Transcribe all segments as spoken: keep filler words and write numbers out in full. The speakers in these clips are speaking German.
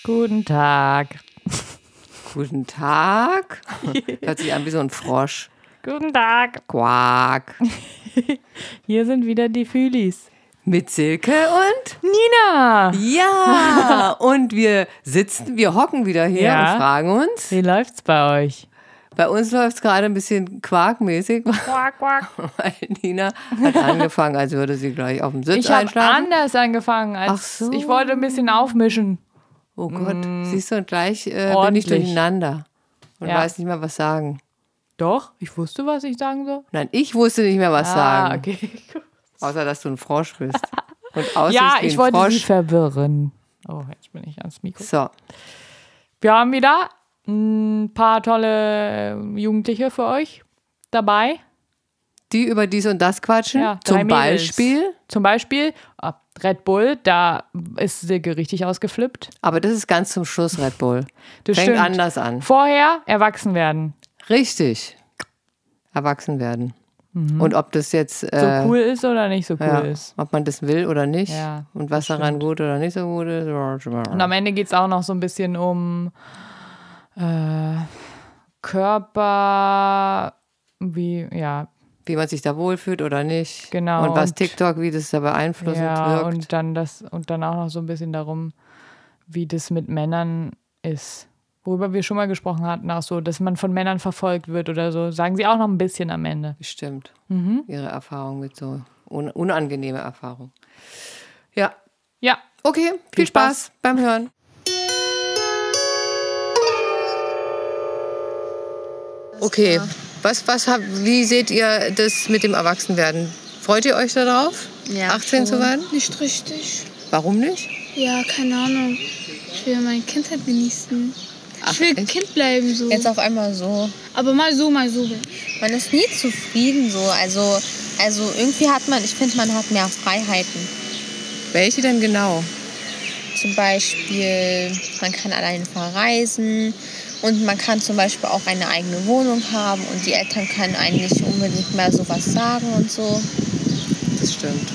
Guten Tag. Guten Tag. Hört sich an wie so ein Frosch. Guten Tag. Quack. Hier sind wieder die Fühlis. Mit Silke und Nina. Ja. Und wir sitzen, wir hocken wieder hier Ja. und fragen uns. Wie läuft's bei euch? Bei uns läuft es gerade ein bisschen quarkmäßig, Quack, quack. weil Nina hat angefangen, als würde sie gleich auf dem Sitz Ich habe einschlafen. anders angefangen. Als Ach so. Ich wollte ein bisschen aufmischen. Oh Gott, siehst du, und gleich äh, bin ich Ordentlich. durcheinander und Ja. weiß nicht mehr, was sagen. Doch, ich wusste, was ich sagen soll. Nein, ich wusste nicht mehr, was Ah, sagen. okay. Außer, dass du ein Frosch bist. Und aussiehst Ja, wie ich ein wollte Frosch. sie verwirren. Oh, jetzt bin ich ans Mikro. So, Wir haben wieder ein paar tolle Jugendliche für euch dabei. die über dies und das quatschen. Ja, drei Zum Mädels. Beispiel. Zum Beispiel ah, Red Bull, da ist Silke richtig ausgeflippt. Aber das ist ganz zum Schluss Red Bull. Das Fängt stimmt. anders an. Vorher erwachsen werden. Richtig. Erwachsen werden. Und ob das jetzt So äh, cool ist oder nicht so cool ja, ist. ob man das will oder nicht. Ja, und was das daran stimmt. gut oder nicht so gut ist. Und am Ende geht es auch noch so ein bisschen um äh, Körper, wie, ja, Wie man sich da wohlfühlt oder nicht. Genau, Und was und- TikTok, wie das da beeinflussend ja wirkt. und dann das und dann auch noch so ein bisschen darum, wie das mit Männern ist. Worüber wir schon mal gesprochen hatten, auch so, dass man von Männern verfolgt wird oder so. Sagen sie auch noch ein bisschen am Ende. Bestimmt. Mhm. Ihre Erfahrung mit so un unangenehme Erfahrung. Ja. Ja, Okay, viel, Viel Spaß. Spaß. beim Hören. Okay, was, was hab, wie seht ihr das mit dem Erwachsenwerden? Freut ihr euch darauf, Ja, achtzehn zu schon. werden? Nicht richtig. Warum nicht? Ja, keine Ahnung. Ich will meine Kindheit genießen. Ach, Ich will echt? Kind bleiben so. Jetzt auf einmal so. Aber mal so, mal so bin ich. Man ist nie zufrieden so. Also, also irgendwie hat man, ich finde, man hat mehr Freiheiten. Welche denn genau? Zum Beispiel, man kann allein verreisen und man kann zum Beispiel auch eine eigene Wohnung haben und die Eltern können einem nicht unbedingt mehr sowas sagen und so. Das stimmt.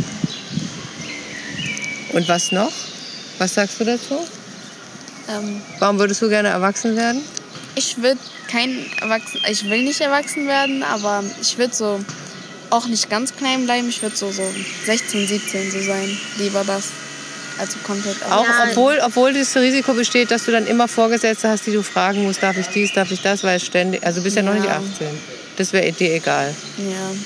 Und was noch? Was sagst du dazu? Ähm, Warum würdest du gerne erwachsen werden? ich würde kein Erwachsen, ich will nicht erwachsen werden, aber ich würde so auch nicht ganz klein bleiben. Ich würde so, so sechzehn, siebzehn so sein. Lieber das. Also komplett Auch erwachsen. obwohl, obwohl das Risiko besteht, dass du dann immer Vorgesetzte hast, die du fragen musst, darf ich dies, darf ich das, weil es ständig, also du bist ja, noch nicht Ja. achtzehn. Das wäre dir egal. Ja.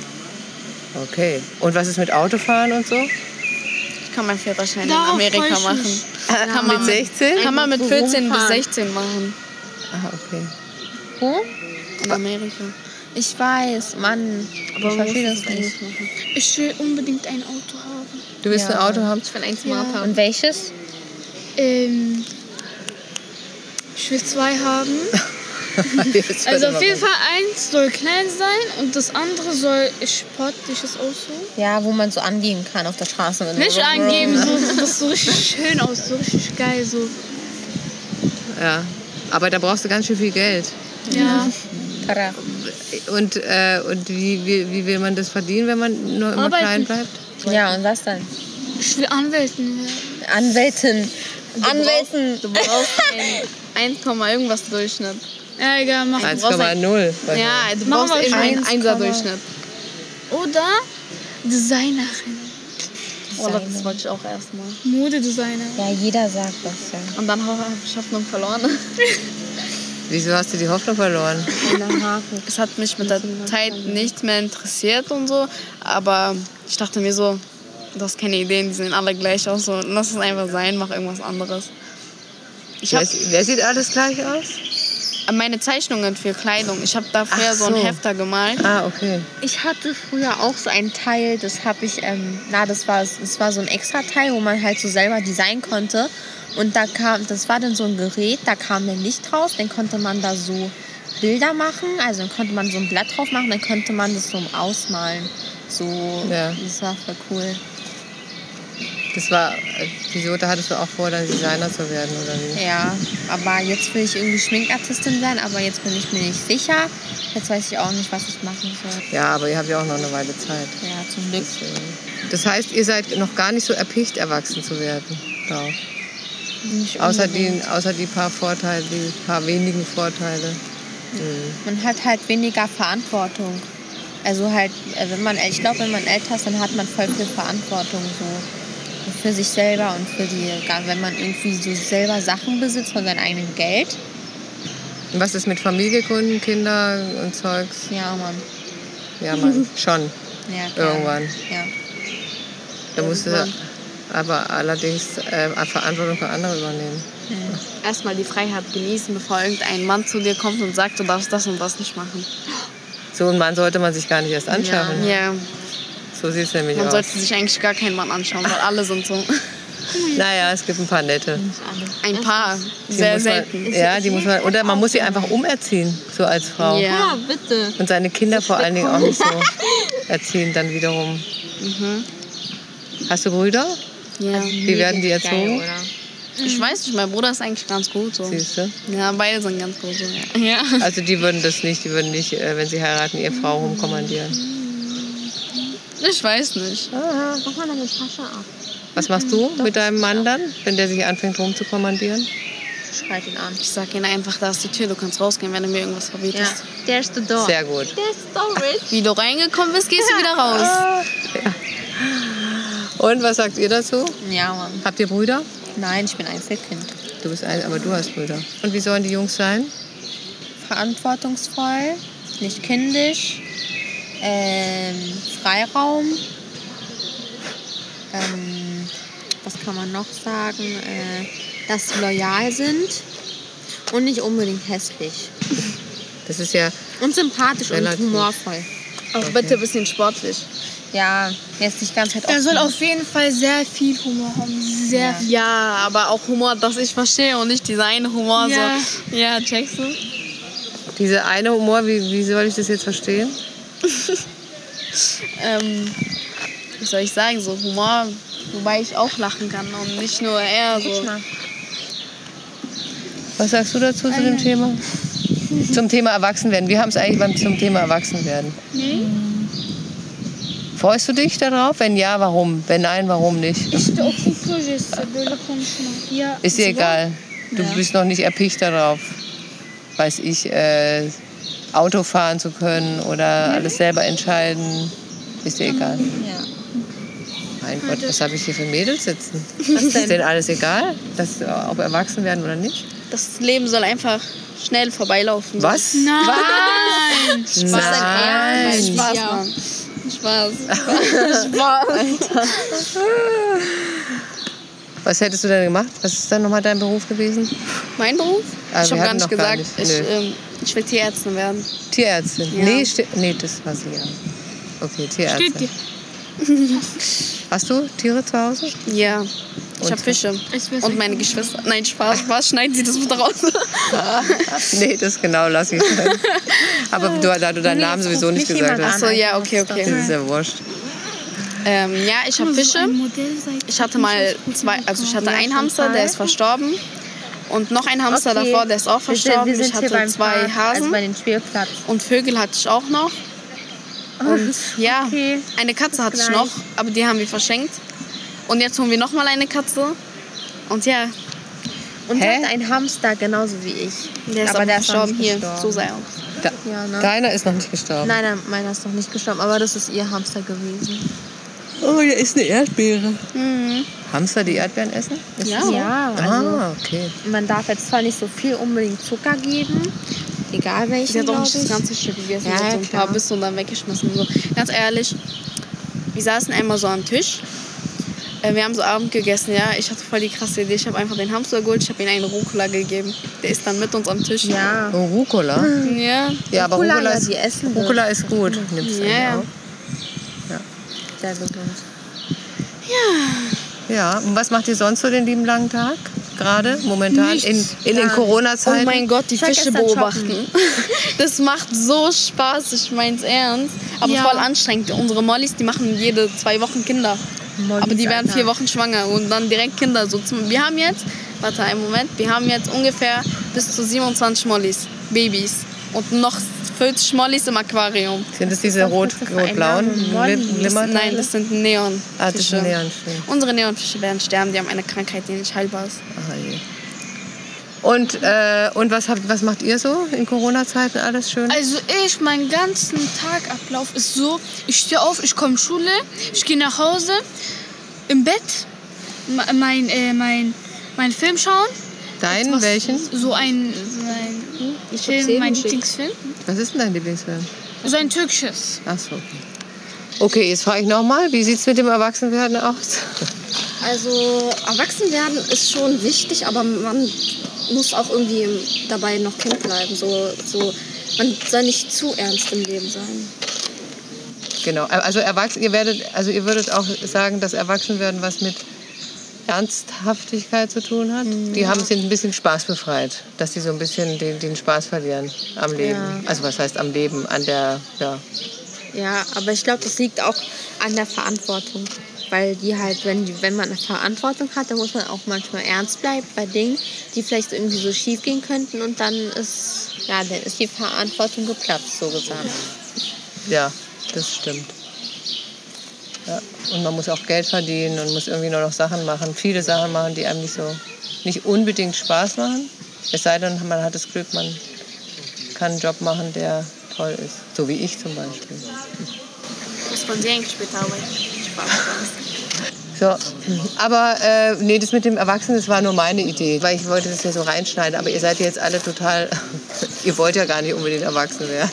Okay. Und was ist mit Autofahren und so? Ich kann meinen Führerschein in Darauf Amerika freu ich machen. mich. Kann mit man sechzehn? Kann man mit so vierzehn bis rumfahren. sechzehn machen. Ah, okay. Wo? In Amerika. Ich weiß, Mann. Aber ich man verstehe muss das es nicht. nicht machen. Ich will unbedingt ein Auto haben. Du willst Ja. ein Auto haben? Ich will eins Ja. Smart haben. Und welches? Ähm, ich will zwei haben. Jetzt Also warte auf mal. jeden Fall eins soll klein sein und das andere soll sportliches aussehen. Ja, wo man so angehen kann auf der Straße. Mit Nicht angeben, so, das so richtig schön aus, so richtig geil. So. Ja. Aber da brauchst du ganz schön viel Geld. Ja. Tada. Und, äh, und wie, wie, wie will man das verdienen, wenn man nur immer Arbeiten. klein bleibt? Ja, und was dann? Ich will Anwältin werden. Anwältin. Anwälten. Du brauchst ein eins, irgendwas Durchschnitt. Ja, egal, mach. eins Komma null. Ja, du Machen brauchst wir eben einen eins Einser Komma- Durchschnitt. Oder Designerin. Oh, das wollte ich auch erstmal. Modedesignerin. Ja, jeder sagt das ja. Und dann habe ich Hoffnung verloren. Wieso hast du die Hoffnung verloren? Es hat mich mit der Zeit nicht mehr interessiert und so. Aber ich dachte mir so, du hast keine Ideen, die sehen alle gleich aus. So, lass es einfach sein, mach irgendwas anderes. Ich Wer, habe wer sieht alles gleich aus? meine Zeichnungen für Kleidung. Ich habe da früher Ach so. ein so. Hefter gemalt. Ah, okay. Ich hatte früher auch so einen Teil, das habe ich, ähm, na, das war, das war so ein extra Teil, wo man halt so selber designen konnte. Und da kam, das war dann so ein Gerät, da kam dann Licht drauf, dann konnte man da so Bilder machen, also dann konnte man so ein Blatt drauf machen, dann konnte man das so ausmalen. So, Ja. das war voll cool. Das war, äh, wieso, da hattest du auch vor, dann Designer zu werden, oder wie? Ja, aber jetzt will ich irgendwie Schminkartistin werden, aber jetzt bin ich mir nicht sicher. Jetzt weiß ich auch nicht, was ich machen soll. Ja, aber ihr habt ja auch noch eine Weile Zeit. Ja, zum Glück. Das heißt, ihr seid noch gar nicht so erpicht, erwachsen zu werden. Doch. Nicht Außer die, unbedingt. außer die paar Vorteile, die paar wenigen Vorteile. Man hat halt weniger Verantwortung. Also halt, äh, wenn man, ich glaube, wenn man älter ist, dann hat man voll viel Verantwortung so für sich selber und für die, wenn man irgendwie so selber Sachen besitzt von seinem eigenen Geld. Und was ist mit Familie gründen, Kinder und Zeugs? Ja, Mann. Ja, Mann, schon. Ja, klar. Irgendwann. Ja. Da musst du aber allerdings äh, Verantwortung für andere übernehmen. Erstmal die Freiheit genießen, bevor irgendein Mann zu dir kommt und sagt, du darfst das und das nicht machen. So einen Mann sollte man sich gar nicht erst anschauen. Ja, So sieht es nämlich man aus. sollte sich eigentlich gar keinen Mann anschauen, weil alle sind so. Naja, es gibt ein paar nette. Ein paar, Die sehr muss man, selten. ja, die muss man, oder man muss sie einfach umerziehen, so als Frau. Ja. bitte. Und seine Kinder vor allen Dingen auch nicht so erziehen dann wiederum. Mhm. Hast du Brüder? Ja. Wie werden die erzogen? Ich weiß nicht, mein Bruder ist eigentlich ganz gut so. Siehst du? Ja, beide sind ganz gut so. Ja. Also die würden das nicht, die würden nicht, äh, wenn sie heiraten, ihre Frau rumkommandieren. Ich weiß nicht. Mach mal deine Tasche ab. Was machst du mit deinem Mann dann, wenn der sich anfängt rumzukommandieren? Schreit ihn an. Ich sag ihnen einfach, da ist die Tür, du kannst rausgehen, wenn du mir irgendwas Ja. verbietest. There's the door. Sehr gut. There's so rich. Wie du reingekommen bist, gehst du wieder raus. Und was sagt ihr dazu? Ja, Mann. Habt ihr Brüder? Nein, ich bin Einzelkind. Du bist ein, aber du hast Brüder. Und wie sollen die Jungs sein? Verantwortungsvoll, nicht kindisch, ähm, Freiraum. Ähm, was kann man noch sagen? Äh, dass sie loyal sind und nicht unbedingt hässlich. Das ist ja Und sympathisch Relativ. und humorvoll. Auch bitte ein bisschen sportlich. Ja, jetzt nicht ganz halt Er soll offen. auf jeden Fall sehr viel Humor haben. Sehr viel. Ja, aber auch Humor, das ich verstehe und nicht dieser eine Humor. Ja. So. Ja, checkst du? diese eine Humor, wie, wie soll ich das jetzt verstehen? ähm, wie soll ich sagen, so Humor, wobei ich auch lachen kann und nicht nur er so. Was sagst du dazu zu dem Thema? Zum Thema Erwachsenwerden. Wir haben es eigentlich beim zum Thema Erwachsenwerden. Nee. Freust du dich darauf? Wenn ja, warum? Wenn nein, warum nicht? İşte okul projesi böyle konuşmak. Ya, Ist dir egal. Du bist noch nicht erpicht darauf, weiß ich, äh, Auto fahren zu können oder alles selber entscheiden. Ist dir egal. Ja. Mein Gott, was habe ich hier für Mädels sitzen? Ist denen alles egal? Dass, ob erwachsen werden oder nicht? Das Leben soll einfach schnell vorbeilaufen. So. Was? Nein. Nein. Spaß, Ja. Mann. Spaß. Spaß. Was hättest du denn gemacht? Was ist dann nochmal dein Beruf gewesen? Mein Beruf? Ah, ich wir habe gar hatten nicht noch gar gesagt. nicht. Ich, Nö. ähm, ich will Tierärztin werden. Tierärztin? Ja. Nee, sti- nee, das war sie ja. Okay, Tierärztin. Steht dir. Hast du Tiere zu Hause? Ja. Ich Und habe Fische. Ich weiß Und meine Geschwister. Nein, Spaß, Spaß. Schneiden Sie das bitte raus. Nee, das genau lass ich sein. Aber du, da du deinen Nee, Namen jetzt sowieso ruft nicht mich gesagt jemand hast, Achso, ja, okay, das okay. ist ja wurscht. Ähm, ja, ich habe Fische. Ich hatte mal zwei, also ich hatte einen Hamster, der ist verstorben. Und noch einen Hamster Okay. davor, der ist auch Wir sind, verstorben. wir sind Ich hier hatte beim zwei Park, Hasen also bei den Spielplatz. und Vögel hatte ich auch noch. Und ja, okay. eine Katze hatte ich gleich. noch, aber die haben wir verschenkt. Und jetzt holen wir noch mal eine Katze. Und ja, Und Hä? hat einen Hamster, genauso wie ich. der ist aber aber der ist noch verstorben nicht hier. gestorben. So sei auch. Da, Ja, ne? Deiner ist noch nicht gestorben. Nein, nein, meiner ist noch nicht gestorben, aber das ist ihr Hamster gewesen. Oh, hier ist eine Erdbeere. Mhm. Hamster, die Erdbeeren essen? Ist Ja. das so? Ja, also Ah, okay. man darf jetzt zwar nicht so viel unbedingt Zucker geben, egal Sie welchen, hat auch glaub nicht das ich. ganze Stück gegessen. Ja, Sie hat so ja, ein klar. paar Bissen und dann weggeschmissen. So. Ganz ehrlich, wir saßen einmal so am Tisch. Äh, Wir haben so Abend gegessen, ja. Ich hatte voll die krasse Idee. Ich habe einfach den Hamster geholt, ich habe ihm einen Rucola gegeben. Der ist dann mit uns am Tisch. Ja. Oh, Rucola? Ja. Ja, aber Rucola, Rucola ja, ist, die essen wir. Rucola ist gut. Nimmst du Ja. auch? Sehr gesund. Ja, und was macht ihr sonst so den lieben langen Tag? Gerade, momentan, Nichts. in, in den Oh Corona-Zeiten? mein Gott, die Ich war Fische gestern beobachten. Das macht so Spaß, ich mein's ernst. Aber Ja. voll anstrengend. Unsere Mollys, die machen jede zwei Wochen Kinder. Mollys, Aber die werden Alter. vier Wochen schwanger und dann direkt Kinder. So zum, wir haben jetzt, warte einen Moment, wir haben jetzt ungefähr bis zu siebenundzwanzig Mollys, Babys. und noch vierzig Mollis im Aquarium. Sind das diese rot, rot-blauen Glimmerteile? Nein, das sind Neonfische. Ah, das sind Neonfische. Unsere Neonfische werden sterben, die haben eine Krankheit, die nicht heilbar ist. Aha, je. Und, äh, und was, habt, was macht ihr so in Corona-Zeiten? Alles schön? Also ich, mein ganzen Tagablauf ist so, ich stehe auf, ich komme in Schule, ich gehe nach Hause, im Bett, mein, äh, mein, mein Film schauen. Deinen? Was, Welchen? So ein, so ein hm? Film, mein Lieblingsfilm. Was ist denn dein Lieblingsfilm? So ein türkisches. Ach so, okay. Okay, jetzt frage ich nochmal, wie sieht es mit dem Erwachsenwerden aus? Also Erwachsenwerden ist schon wichtig, aber man muss auch irgendwie dabei noch Kind bleiben. So, so, man soll nicht zu ernst im Leben sein. Genau, also, erwachsen, ihr, werdet, also ihr würdet auch sagen, dass Erwachsenwerden was mit Ernsthaftigkeit zu tun hat? Mhm. Die haben, sind ein bisschen spaßbefreit, dass sie so ein bisschen den, den Spaß verlieren am Leben. Ja. Also was heißt am Leben, an der, ja. Ja, aber ich glaube, das liegt auch an der Verantwortung. Weil die halt, wenn, die, wenn man eine Verantwortung hat, dann muss man auch manchmal ernst bleiben bei Dingen, die vielleicht irgendwie so schief gehen könnten. Und dann ist, ja, dann ist die Verantwortung geplatzt, so gesagt. Ja, das stimmt. Ja. Und man muss auch Geld verdienen und muss irgendwie nur noch Sachen machen. Viele Sachen machen, die einem nicht so, nicht unbedingt Spaß machen. Es sei denn, man hat das Glück, man kann einen Job machen, der toll ist. So wie ich zum Beispiel. Was wollen Sie eigentlich später arbeiten? So, aber äh, nee, das mit dem Erwachsenen, das war nur meine Idee, weil ich wollte das ja so reinschneiden. Aber ihr seid jetzt alle total, ihr wollt ja gar nicht unbedingt erwachsen werden.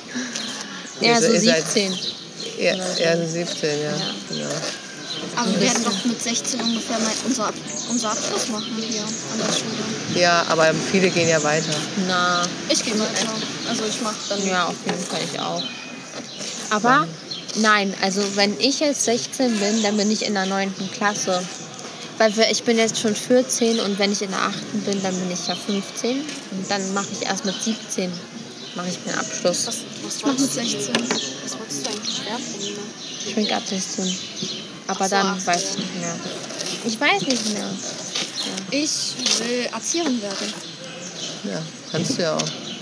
Ja, also, so siebzehn. Seid, eher, eher so siebzehn, ja. ja. Genau. Aber wir werden doch mit sechzehn ungefähr mal unser, unser Abschluss machen hier an der Schule. Ja, aber viele gehen ja weiter. Na, ich gehe weiter. Also ich mache dann... Ja, auf jeden Fall ich auch. Aber... Nein, also wenn ich jetzt sechzehn bin, dann bin ich in der neunten Klasse. Weil ich bin jetzt schon vierzehn und wenn ich in der achten bin, dann bin ich ja fünfzehn. Und dann mache ich erst mit siebzehn mache ich meinen Abschluss. Was, was machst du mit sechzehn? Was wolltest du eigentlich werden? Ich bin gerade sechzehn. Aber dann so, weiß ich nicht mehr. Ich weiß nicht mehr. Ja. Ich will Erzieherin werden. Ja, kannst du ja auch.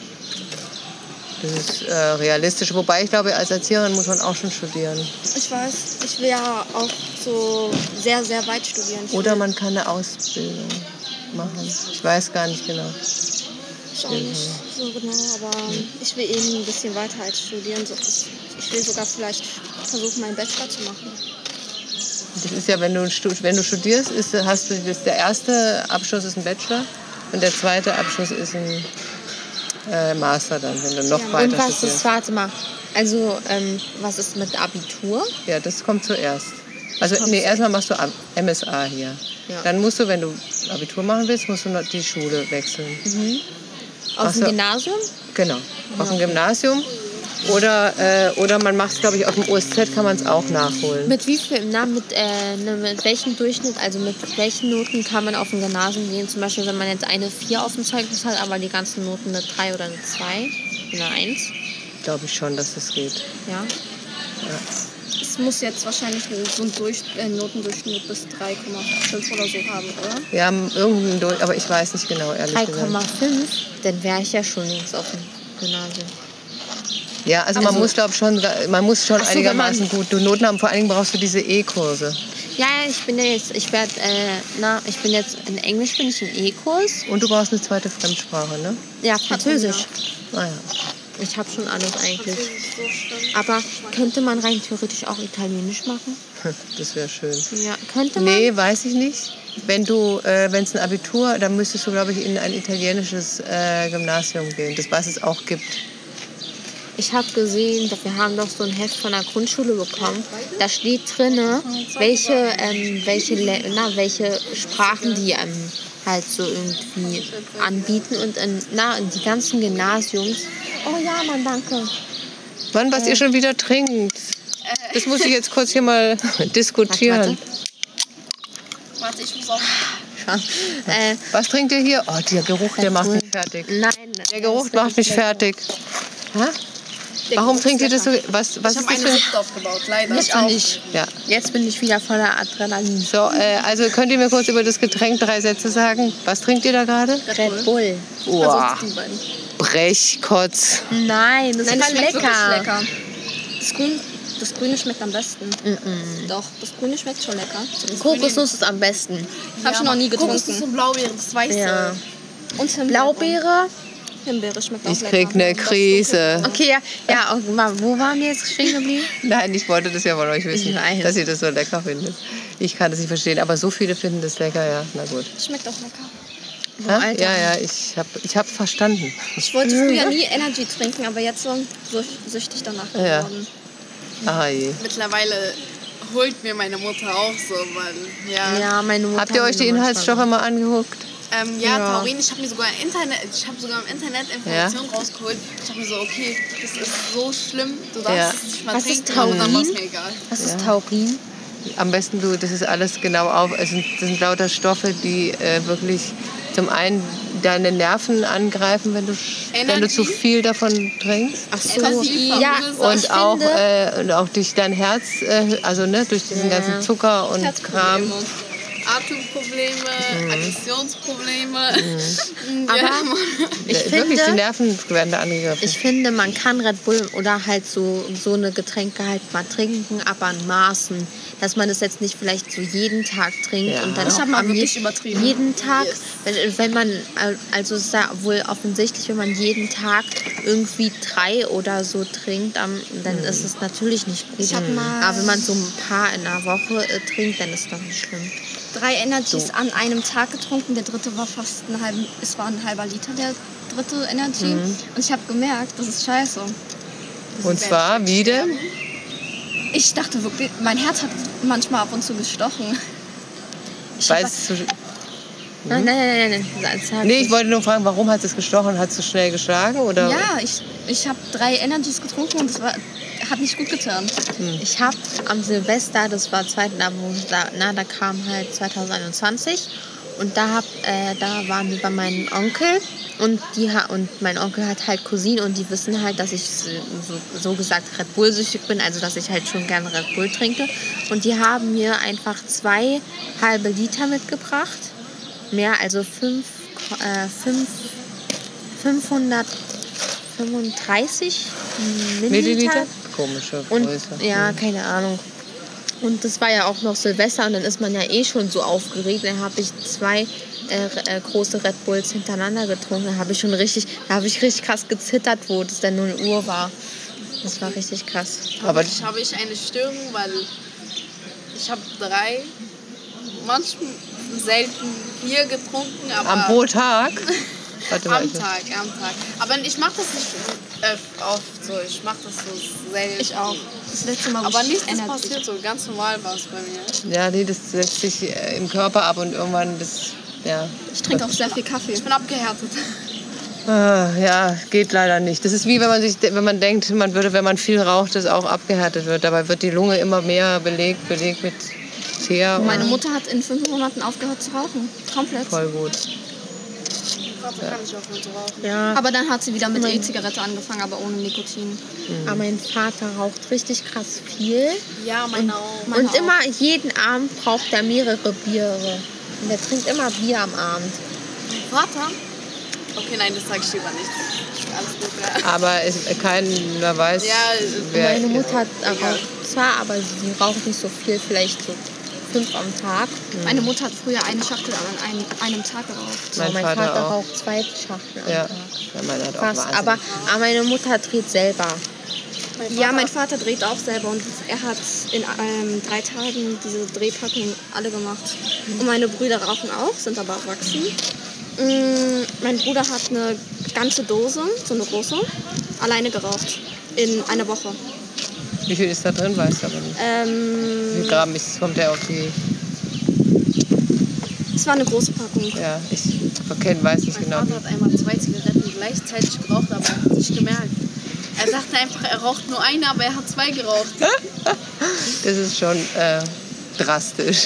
Das ist äh, realistisch. Wobei ich glaube, als Erzieherin muss man auch schon studieren. Ich weiß. Ich will ja auch so sehr, sehr weit studieren. Ich Oder man kann eine Ausbildung machen. Ich weiß gar nicht genau. Ich auch nicht so genau, aber ich will eben ein bisschen weiter als studieren. Ich will sogar vielleicht versuchen, meinen Bachelor zu machen. Das ist ja, wenn du, wenn du studierst, ist, hast du das, der erste Abschluss ist ein Bachelor und der zweite Abschluss ist ein Äh, Master dann, wenn du noch ja, weiter und was studierst. ist, warte mal, also ähm, was ist mit Abitur? Ja, das kommt zuerst. Also nee, erstmal machst du M S A hier. Ja. Dann musst du, wenn du Abitur machen willst, musst du noch die Schule wechseln. Mhm. Auf dem Gymnasium? Genau, auf dem Gymnasium. Oder, äh, oder man macht es, glaube ich, auf dem O S Z kann man es auch nachholen. Mit wie viel, na, mit, äh, mit welchem Durchschnitt, also mit welchen Noten kann man auf dem Gymnasium gehen? Zum Beispiel, wenn man jetzt eine vier auf dem Zeugnis hat, aber die ganzen Noten eine drei oder eine zwei, eine eins? Glaube ich schon, dass das geht. Ja? Ja. Es muss jetzt wahrscheinlich so ein Durch äh, Notendurchschnitt bis drei Komma fünf oder so haben, oder? Ja, irgendeinen Durch, aber ich weiß nicht genau, ehrlich drei gesagt. drei Komma fünf? Dann wäre ich ja schon links auf dem Gymnasium. Ja, also, also man muss, glaube schon, man muss schon so, einigermaßen gut du Noten haben. Vor allen Dingen brauchst du diese E-Kurse. Ja, ich bin ja jetzt, ich werde, äh, na, ich bin jetzt in Englisch bin ich im E-Kurs. Und du brauchst eine zweite Fremdsprache, ne? Ja, Französisch. Ah ja. Ich habe schon alles eigentlich. Aber könnte man rein theoretisch auch Italienisch machen? Das wäre schön. Ja, könnte man? Nee, weiß ich nicht. Wenn du, äh, wenn es ein Abitur, dann müsstest du, glaube ich, in ein italienisches äh, Gymnasium gehen, das was es auch gibt. Ich habe gesehen, wir haben doch so ein Heft von der Grundschule bekommen. Da steht drin, welche, ähm, welche, na, welche Sprachen die ähm, halt so irgendwie anbieten. Und in, na, in die ganzen Gymnasiums. Oh ja, Mann, danke. Mann, was äh. ihr schon wieder trinkt. Das muss ich jetzt kurz hier mal diskutieren. Warte, warte. ich muss auch... äh, was trinkt ihr hier? Oh, der Geruch, der macht mich fertig. Nein. Der Geruch macht mich fertig. Ha? Warum trinkt ihr das so? Was, was ich ist das für ein Sucht aufgebaut, leider. Ich auch. Ich. Ja. Jetzt bin ich wieder voller Adrenalin. So, äh, also könnt ihr mir kurz über das Getränk drei Sätze sagen? Was trinkt ihr da gerade? Red Bull. Wow. Brechkotz. Nein, das Nein, das ist schmeckt lecker. wirklich lecker. Das, Grün, das Grüne schmeckt am besten. Mm-mm. Doch, das Grüne schmeckt schon lecker. Kokosnuss ist am besten. Hab ich noch nie getrunken. Kokosnuss und Blaubeere, das Weiße. Ja. Und Himbeere. Blaubeere. Himbeere schmeckt auch Ich lecker. krieg eine Krise. Okay, ja, ja, und mal, wo waren wir jetzt stehen geblieben? Nein, ich wollte das ja von euch wissen, Ich weiß. dass ihr das so lecker findet. Ich kann das nicht verstehen, aber so viele finden das lecker, ja. Na gut. Schmeckt auch lecker. Ja, Alter. ja, ja, ich habe ich hab verstanden. Ich wollte früher nie Energy trinken, aber jetzt so süch- süchtig danach Ja. geworden. Ah, je. Mittlerweile holt mir meine Mutter auch so, weil, ja. Ja, meine Mutter. Habt ihr hat euch die mir Inhaltsstoffe mal angeguckt? Ähm, ja, Ja. Taurin, ich habe mir sogar Internet, ich habe sogar im Internet Informationen rausgeholt. Ich habe mir so, okay, das ist so schlimm, du darfst Ja. es nicht mal Was ist trinken, aber dann war es Taurin? mir egal. Was ist Taurin? Am besten du, das ist alles genau auf. Es sind, das sind lauter Stoffe, die äh, wirklich zum einen deine Nerven angreifen, wenn du, sch- wenn du Energie? zu viel davon trinkst. Ach so. Koffein, Ja, und ich Und auch, finde, äh, und auch durch dein Herz, äh, also ne, durch diesen Ja. ganzen Zucker und Kram. Herzprobleme, Atemprobleme, Aggressionsprobleme. aber Ja. ich Äh, wirklich, die finde, Nerven werden da angegriffen. ich finde, man kann Red Bull oder halt so, so eine Getränke halt mal trinken, aber in Maßen. Dass man es jetzt nicht vielleicht so jeden Tag trinkt Ja. und dann Ich auch hab mal am wirklich je- übertrieben. jeden Tag, wenn, wenn man, also es ist ja wohl offensichtlich, wenn man jeden Tag irgendwie drei oder so trinkt, am- dann ist es natürlich nicht gut. Ich hab mal- Aber wenn man so ein paar in einer Woche äh, trinkt, dann ist das nicht schlimm. Drei Energies an einem Tag getrunken. Der dritte war fast ein halber, es war ein halber Liter, der dritte Energy. Mhm. Und ich habe gemerkt, das ist scheiße. Und zwar, wie denn? Ich dachte wirklich, mein Herz hat manchmal ab und zu gestochen. Ich hab- Weil es zu, Nein, nein, nein, nein, nein. Sag nee, ich wollte nur fragen, warum hat es gestochen? Hat es so schnell geschlagen? Oder? Ja, ich, ich habe drei Energies getrunken und es war, hat nicht gut getan. Ich habe am Silvester, das war zweiten da, wo ich da, na, da kam halt zwanzig einundzwanzig und da hab, äh, da waren wir bei meinem Onkel und die ha und mein Onkel hat halt Cousinen und die wissen halt, dass ich so, so gesagt Red Bull süchtig bin, also dass ich halt schon gerne Red Bull trinke und die haben mir einfach zwei halbe Liter mitgebracht, mehr also fünf, äh, fünf, fünfhundertfünfunddreißig Milliliter. Milliliter? Komische Und Größe. ja, keine Ahnung. Und das war ja auch noch Silvester und dann ist man ja eh schon so aufgeregt. Dann habe ich zwei äh, äh, große Red Bulls hintereinander getrunken. Da habe ich schon richtig, da habe ich richtig krass gezittert, wo das dann null Uhr war. Das war richtig krass. Aber Ich habe ich eine Störung, weil ich habe drei, manchmal selten vier getrunken, aber am pro Tag? Warte mal. am Tag, am Tag. Aber ich mache das nicht äh, oft so, ich mache das so selten. Ich auch. Das letzte Mal, wo Aber ich nichts ist Energy- passiert, so ganz normal war es bei mir. Ja, nee, das setzt sich äh, im Körper ab und irgendwann das, ja. Ich trinke auch sehr viel Kaffee. Ich bin abgehärtet. Ah, ja, geht leider nicht. Das ist wie wenn man sich, wenn man denkt, man würde, wenn man viel raucht, das auch abgehärtet wird. Dabei wird die Lunge immer mehr belegt, belegt mit Teer. Meine und Mutter hat in fünf Monaten aufgehört zu rauchen. Komplett. voll gut. Warte, kann ich aufhören zu rauchen? Ja, Aber dann hat sie wieder mit E-Zigarette angefangen, aber ohne Nikotin. aber mein Vater raucht richtig krass viel. Ja, meine auch. Meine und auch. immer, jeden Abend braucht er mehrere Biere. Und er trinkt immer Bier am Abend. Vater? Okay, nein, das sage ich lieber nicht. Alles gut, ja. Aber es, keiner weiß, Ja, wer. Meine Mutter hat, äh, raucht zwar, aber sie raucht nicht so viel, vielleicht so fünf am Tag. Meine Mutter hat früher eine Schachtel an einem, einem Tag geraucht. Mein, mein Vater, Vater auch. raucht zwei Schachteln am Ja. Tag. Ja, meiner hat auch Fast. wahnsinnig. Aber, aber meine Mutter dreht selber. Ja, mein Vater dreht auch selber und er hat in ähm, drei Tagen diese Drehpackung alle gemacht. Und meine Brüder rauchen auch, sind aber erwachsen. Mm, mein Bruder hat eine ganze Dose, so eine große, alleine geraucht. In einer Woche. Wie viel ist da drin, weißt du aber nicht. Wie viel Ähm, Gramm ist, kommt der auf die. es war eine große Packung. Ja, ich kenn, weiß nicht Mein genau. Vater hat einmal zwei Zigaretten gleichzeitig geraucht, aber er hat es nicht gemerkt. Er dachte einfach, er raucht nur eine, aber er hat zwei geraucht. Das ist schon äh, drastisch.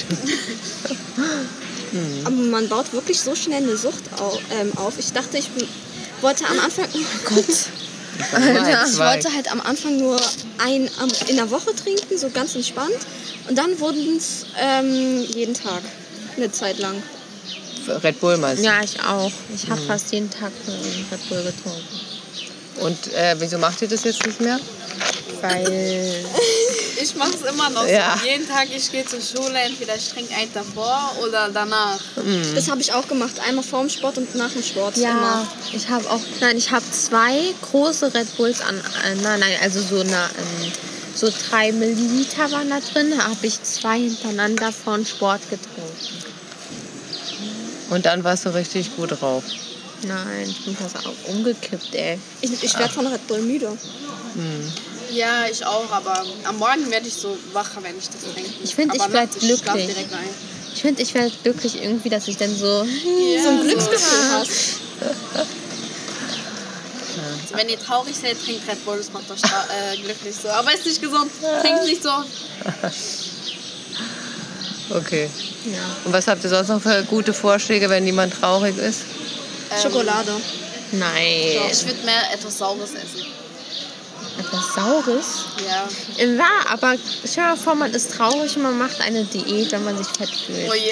Aber man baut wirklich so schnell eine Sucht au ähm, auf. Ich dachte, ich wollte am Anfang, oh mein Gott, Alter, ich wollte halt am Anfang nur ein am- in der Woche trinken, so ganz entspannt. Und dann wurden es ähm, jeden Tag, eine Zeit lang. Red Bull meinst du? Ja, ich auch. Ich habe fast jeden Tag einen Red Bull getrunken. Und äh, wieso macht ihr das jetzt nicht mehr? Weil Ich mache es immer noch Ja. so. Jeden Tag, ich gehe zur Schule, entweder ich trinke einen davor oder danach. Das habe ich auch gemacht. Einmal vorm Sport und nach dem Sport. ja, Immer. ich habe auch, nein, ich habe zwei große Red Bulls an, äh, nein, nein, also so eine, ähm, so drei Milliliter waren da drin, habe ich zwei hintereinander von Sport getrunken. Und dann warst du richtig gut drauf. Nein, ich bin fast auch umgekippt, ey. Ich, ich werde von Red Bull müde. Ja, ich auch, aber am Morgen werde ich so wacher, wenn ich das trinke. Ich finde, ich Aber werd nachts, ich schlaf glücklich. direkt ein. Ich finde, ich werde glücklich irgendwie, dass ich dann so, Ja, So ein Glücksgefühl hast. So, wenn ihr traurig seid, trinkt Red Bull, das macht euch sta- äh, glücklich so. Aber ist nicht gesund. Trinkt nicht so. Okay. ja. Und was habt ihr sonst noch für gute Vorschläge, wenn jemand traurig ist? Schokolade. Nein, Ich würde mehr etwas Saures essen. etwas Saures. Ja. Ja, aber stell dir mal vor, man ist traurig und man macht eine Diät, wenn man sich fett fühlt. Oh je.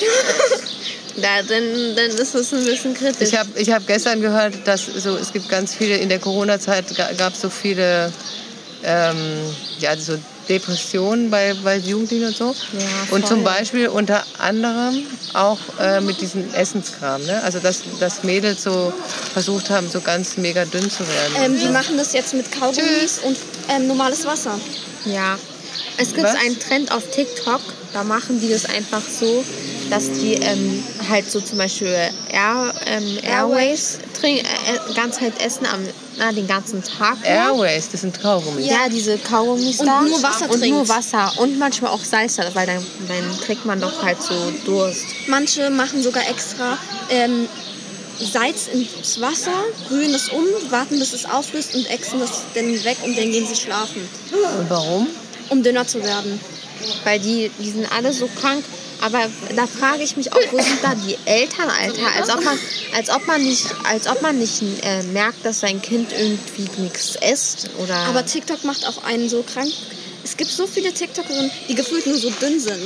Da, dann, dann ist es ein bisschen kritisch. Ich habe ich hab gestern gehört, dass so, es gibt ganz viele, in der Corona-Zeit gab es so viele ähm, ja, so Depressionen bei, bei Jugendlichen und so. Ja, und voll. zum Beispiel unter anderem auch äh, mit diesem Essenskram. Ne? Also dass, dass Mädels so versucht haben, so ganz mega dünn zu werden. Ähm, die machen das jetzt mit Kaugummis und ähm, normales Wasser. Ja. Es gibt Was? einen Trend auf TikTok, da machen die das einfach so, dass die ähm, halt so zum Beispiel Air, ähm, Airways trinken, äh, ganz halt essen am, na, den ganzen Tag. nur. Airways, das sind Kaugummis. Ja, diese Kaugummis Und da. nur Wasser Und nur trinkt. Wasser. Und manchmal auch Salz, weil dann, dann kriegt man doch halt so Durst. Manche machen sogar extra ähm, Salz ins Wasser, rühren es um, warten bis es auflöst und ächzen das dann weg und dann gehen sie schlafen, Und warum? um dünner zu werden. Weil die, die sind alle so krank. Aber da frage ich mich auch, wo sind da die Eltern, Alter? Als ob man, als ob man nicht, als ob man nicht äh, merkt, dass sein Kind irgendwie nichts isst. Oder Aber TikTok macht auch einen so krank. Es gibt so viele TikTokerinnen, die gefühlt nur so dünn sind.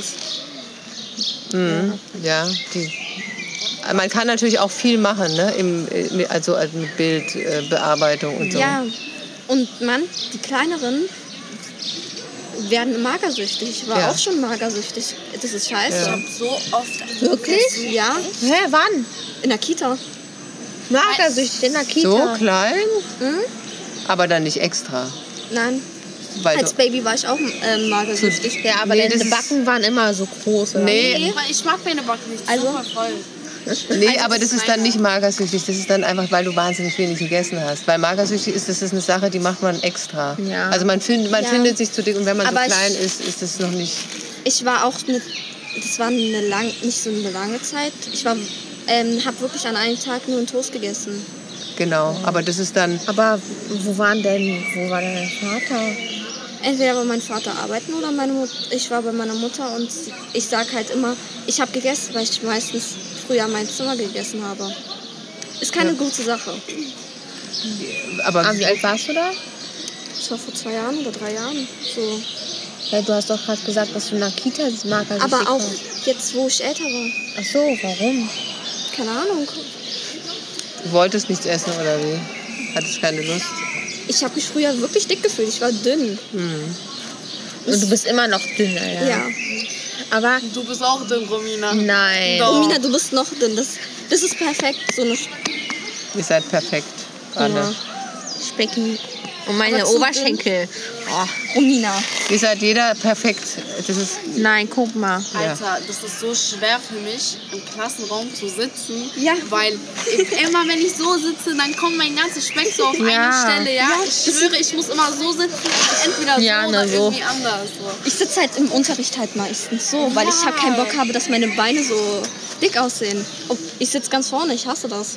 Mhm. Ja, die. Man kann natürlich auch viel machen, ne? Im, äh, also also mit Bildbearbeitung und so. Ja, und man, die kleineren werden magersüchtig. Ich war Ja. auch schon magersüchtig. Das ist scheiße. Ja. So oft. wirklich? Ja, Hä, wann? in der Kita. Magersüchtig in der Kita. So klein, Mhm. aber dann nicht extra. Nein, Weil als du, Baby war ich auch ähm, magersüchtig. Ja, aber Nee, deine das ist- Backen waren immer so groß. Oder? nee, Aber ich mag meine Backen nicht. Die Also- sind voll voll. nee, aber das ist dann meine- nicht magersüchtig. Das ist dann einfach, weil du wahnsinnig wenig gegessen hast. Weil magersüchtig ist, das ist eine Sache, die macht man extra. Ja. Also man, find, man Ja. findet sich zu dick und wenn man Aber so ich- klein ist, ist das noch nicht. Ich war auch eine, das war eine lang, nicht so eine lange Zeit. Ich war, ähm, habe wirklich an einem Tag nur einen Toast gegessen. Genau, aber das ist dann. Aber wo waren denn, wo war denn dein Vater? Entweder war mein Vater arbeiten oder meine Mut ich war bei meiner Mutter und ich sag halt immer, ich habe gegessen, weil ich meistens früher mein Zimmer gegessen habe. Ist keine gute Sache. Aber Ah, wie alt warst du da? Das war vor zwei Jahren oder drei Jahren. So. Ja, du hast doch gerade gesagt, dass du in der Kita magersüchtig Aber auch warst. jetzt, wo ich älter war. Ach so, warum? Keine Ahnung. du wolltest nichts essen oder wie? Hattest keine Lust? Ich habe mich früher wirklich dick gefühlt. Ich war dünn. Und du bist immer noch dünner, ja. Ja. Aber Du bist auch dünn, Romina. nein. Doch. Romina, du bist noch dünn. Das, das ist perfekt. So eine Ihr seid perfekt, alle. Ja. Specki. Und meine Aber zu Oberschenkel. Oh, Romina. Ihr seid jeder perfekt. Das ist. nein, guck mal. Alter, das ist so schwer für mich, im Klassenraum zu sitzen. Ja. Weil immer, wenn ich so sitze, dann kommt mein ganzer Speck so auf Ja. eine Stelle. Ja, ich schwöre, ich muss immer so sitzen. Entweder so Ja, oder ne, so. irgendwie anders. So. Ich sitze halt im Unterricht halt meistens so, weil ich halt keinen Bock habe, dass meine Beine so dick aussehen. Und ich sitze ganz vorne, ich hasse das.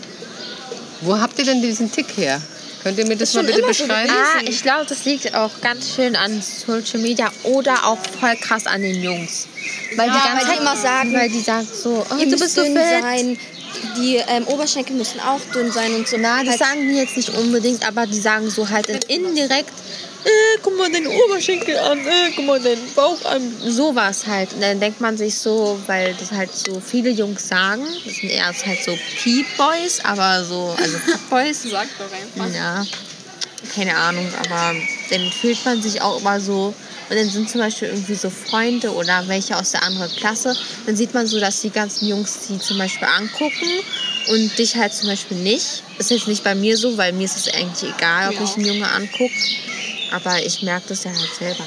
Wo habt ihr denn diesen Tick her? Könnt ihr mir das Ist mal schon bitte immer so beschreiben? Ah, ich glaube, das liegt auch ganz schön an Social Media oder auch voll krass an den Jungs. Weil die Ja, ganze weil die Zeit immer sagen, weil die sagen so, oh, Ihr du müsst bist so dünn fett. sein, die ähm, Oberschenkel müssen auch dünn sein und so. Na, das Halt- sagen die jetzt nicht unbedingt, aber die sagen so halt in- indirekt, äh, guck mal deine Oberschenkel an, äh, guck mal deinen Bauch an. Sowas halt. Und dann denkt man sich so, weil das halt so viele Jungs sagen, das sind eher halt so Peep-Boys, aber so, also Fuck-Boys. Sag doch einfach. Ja, keine Ahnung, aber dann fühlt man sich auch immer so. Und dann sind zum Beispiel irgendwie so Freunde oder welche aus der anderen Klasse. Dann sieht man so, dass die ganzen Jungs die zum Beispiel angucken und dich halt zum Beispiel nicht. Ist jetzt nicht bei mir so, weil mir ist es eigentlich egal, ob Ja. mich ein Junge anguckt. Aber ich merke das ja halt selber.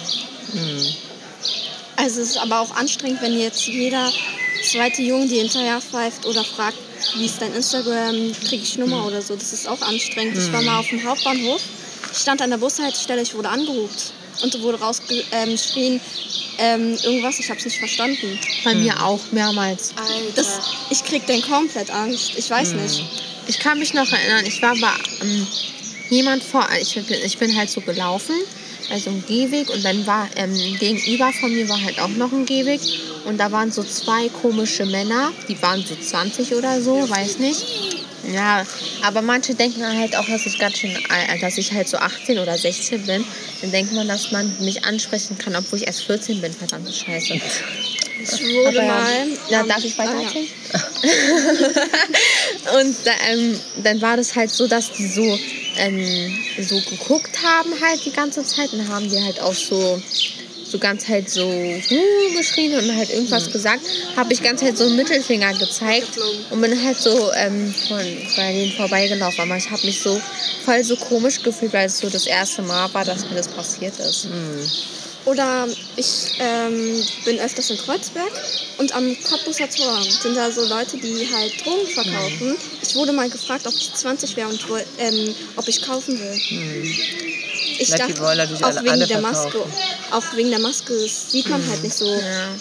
Also es ist aber auch anstrengend, wenn jetzt jeder zweite Junge die hinterher pfeift oder fragt, wie ist dein Instagram, kriege ich Nummer oder so. Das ist auch anstrengend. Ich war mal auf dem Hauptbahnhof, ich stand an der Bushaltestelle, ich wurde angehupt. Und wurde rausgeschrien, ähm, irgendwas, ich hab's nicht verstanden. Bei mir auch mehrmals. Das, ich krieg dann komplett Angst, ich weiß nicht. Ich kann mich noch erinnern, ich war bei ähm, jemand vor, ich bin, ich bin halt so gelaufen, also ein Gehweg und dann war ähm, gegenüber von mir war halt auch noch ein Gehweg und da waren so zwei komische Männer, die waren so zwanzig oder so, weiß nicht. Ja, aber manche denken halt auch, dass ich ganz schön, alt- dass ich halt so achtzehn oder sechzehn bin. Dann denkt man, dass man mich ansprechen kann, obwohl ich erst vierzehn bin, verdammte Scheiße. Ich wurde Aber ja, mal... ja, ähm, darf ich weiter ah, ja. erzählen? Und da, ähm, dann war das halt so, dass die so, ähm, so geguckt haben halt die ganze Zeit und haben die halt auch so, so ganz halt so uh, geschrien und halt irgendwas gesagt. Habe ich ganz halt so einen Mittelfinger gezeigt und bin halt so ähm, von, bei denen vorbeigelaufen. Aber ich habe mich so voll so komisch gefühlt, weil es so das erste Mal war, dass mir das passiert ist. Oder ich ähm, bin öfters in Kreuzberg und am Cottbuser Tor sind da so Leute, die halt Drogen verkaufen. Ich wurde mal gefragt, ob ich zwanzig wäre und woll- ähm, ob ich kaufen will. Ich Na, die dachte, wollen natürlich auch alle- wegen alle der Maske, verkaufen. auch wegen der Maske, das sieht man halt nicht so.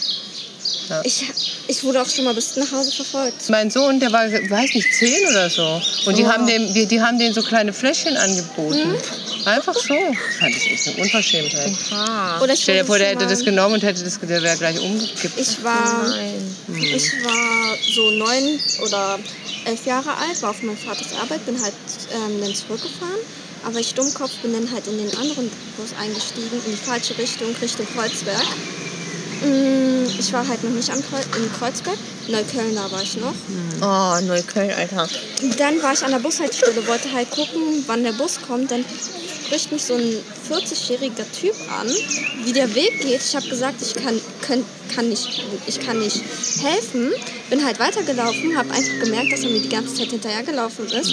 Ja. Ich, ich wurde auch schon mal bis nach Hause verfolgt. Mein Sohn, der war, weiß nicht, zehn oder so. Und die, haben dem, die, die haben denen so kleine Fläschchen angeboten. Einfach so. Das fand ich echt eine Unverschämtheit. Ah. Oder ich Stell dir wurde vor, der schon hätte mal- das genommen und hätte das, der wäre gleich umgekippt. Ich war, Nein. ich war so neun oder elf Jahre alt, war auf meinem Vaters Arbeit, bin halt ähm, dann zurückgefahren. Aber ich Dummkopf bin dann halt in den anderen Bus eingestiegen, in die falsche Richtung, Richtung Kreuzberg. Mm, Ich war halt noch nicht am Kreu in Kreuzberg, Neukölln, da war ich noch. Oh, Neukölln, Alter. Dann war ich an der Bushaltestelle, wollte halt gucken, wann der Bus kommt. Dann spricht mich so ein vierzigjähriger Typ an, wie der Weg geht. Ich habe gesagt, ich kann, kann, kann, nicht, ich kann nicht helfen. Bin halt weitergelaufen, habe einfach gemerkt, dass er mir die ganze Zeit hinterhergelaufen ist.